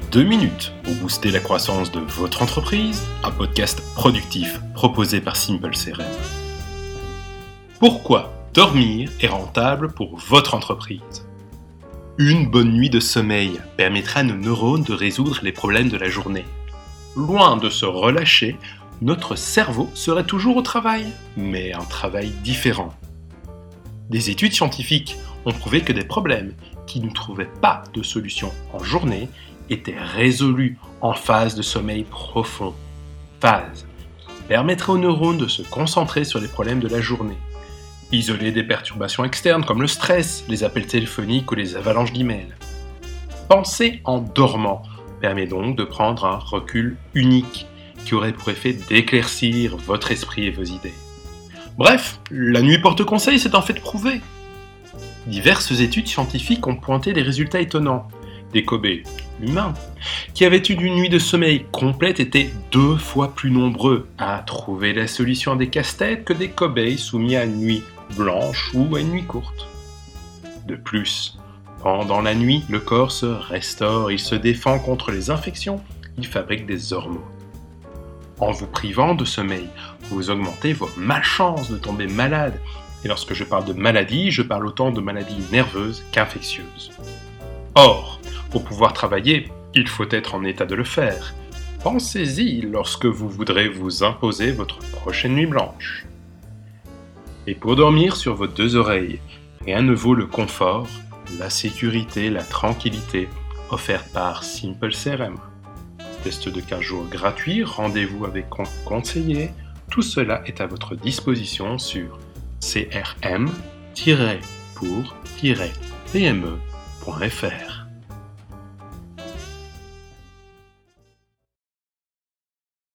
2 minutes pour booster la croissance de votre entreprise, un podcast productif proposé par Simple CRM. Pourquoi dormir est rentable pour votre entreprise? Une bonne nuit de sommeil permettra à nos neurones de résoudre les problèmes de la journée. Loin de se relâcher, notre cerveau serait toujours au travail, mais un travail différent. Des études scientifiques ont prouvé que des problèmes qui ne trouvaient pas de solution en journée étaient résolus en phase de sommeil profond. Phase qui permettrait aux neurones de se concentrer sur les problèmes de la journée. Isoler des perturbations externes comme le stress, les appels téléphoniques ou les avalanches d'emails. Penser en dormant permet donc de prendre un recul unique qui aurait pour effet d'éclaircir votre esprit et vos idées. Bref, la nuit porte conseil, c'est en fait prouvé. Diverses études scientifiques ont pointé des résultats étonnants. Des cobayes humains qui avaient eu une nuit de sommeil complète étaient 2 fois plus nombreux à trouver la solution à des casse-têtes que des cobayes soumis à une nuit blanche ou à une nuit courte. De plus, pendant la nuit, le corps se restaure, il se défend contre les infections, il fabrique des hormones. En vous privant de sommeil, vous augmentez vos malchances de tomber malade. Et lorsque je parle de maladie, je parle autant de maladies nerveuses qu'infectieuses. Or, pour pouvoir travailler, il faut être en état de le faire. Pensez-y lorsque vous voudrez vous imposer votre prochaine nuit blanche. Et pour dormir sur vos 2 oreilles, rien ne vaut le confort, la sécurité, la tranquillité offerte par Simple CRM. Test de 15 jours gratuit, rendez-vous avec un conseiller, tout cela est à votre disposition sur crm-pour-pme.fr.